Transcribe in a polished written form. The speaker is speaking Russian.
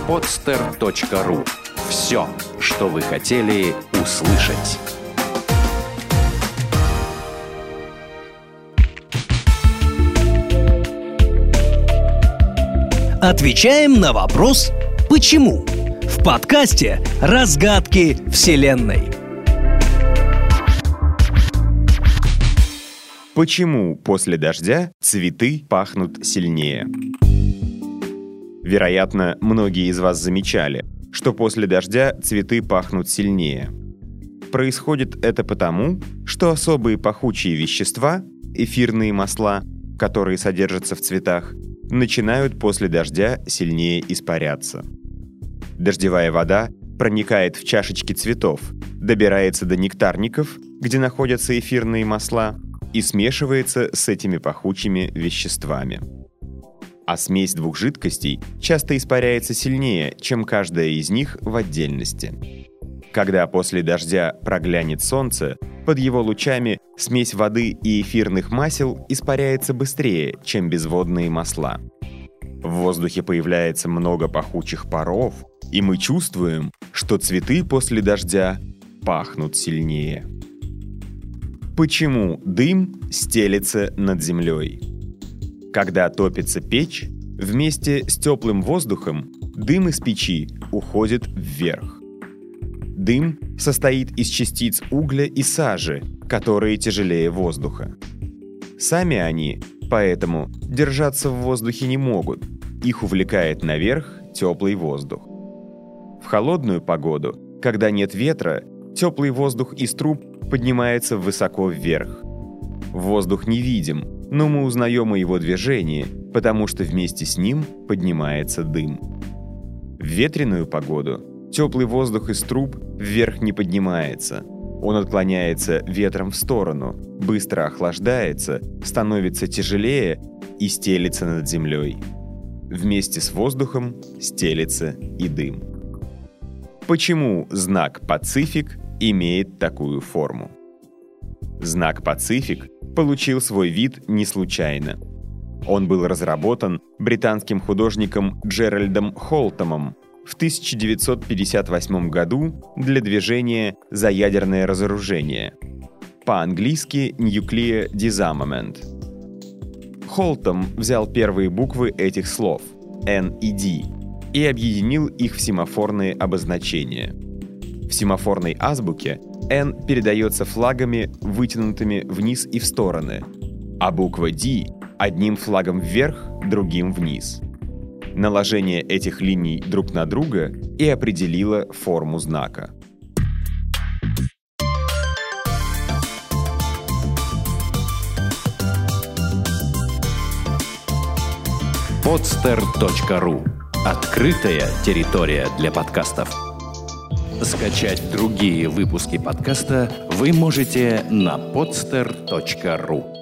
podster.ru. Все, что вы хотели услышать. Отвечаем на вопрос «Почему?» в подкасте «Разгадки Вселенной». Почему после дождя цветы пахнут сильнее? Вероятно, многие из вас замечали, что после дождя цветы пахнут сильнее. Происходит это потому, что особые пахучие вещества, эфирные масла, которые содержатся в цветах, начинают после дождя сильнее испаряться. Дождевая вода проникает в чашечки цветов, добирается до нектарников, где находятся эфирные масла, и смешивается с этими пахучими веществами. А смесь двух жидкостей часто испаряется сильнее, чем каждая из них в отдельности. Когда после дождя проглянет солнце, под его лучами смесь воды и эфирных масел испаряется быстрее, чем безводные масла. В воздухе появляется много пахучих паров, и мы чувствуем, что цветы после дождя пахнут сильнее. Почему дым стелется над землей? Когда топится печь, вместе с теплым воздухом дым из печи уходит вверх. Дым состоит из частиц угля и сажи, которые тяжелее воздуха. Сами они, поэтому, держаться в воздухе не могут, их увлекает наверх теплый воздух. В холодную погоду, когда нет ветра, теплый воздух из труб поднимается высоко вверх. Воздух невидим, но мы узнаем о его движении, потому что вместе с ним поднимается дым. В ветреную погоду теплый воздух из труб вверх не поднимается. Он отклоняется ветром в сторону, быстро охлаждается, становится тяжелее и стелится над землей. Вместе с воздухом стелится и дым. Почему знак «Пацифик» имеет такую форму? Знак «Пацифик» получил свой вид не случайно. Он был разработан британским художником Джеральдом Холтомом в 1958 году для движения «За ядерное разоружение», по-английски «Nuclear Disarmament». Холтом взял первые буквы этих слов «N» и «D» и объединил их в семафорные обозначения. В семафорной азбуке «N» передается флагами, вытянутыми вниз и в стороны, а буква «D» — одним флагом вверх, другим вниз. Наложение этих линий друг на друга и определило форму знака. podster.ru. Открытая территория для подкастов. Скачать другие выпуски подкаста вы можете на podster.ru.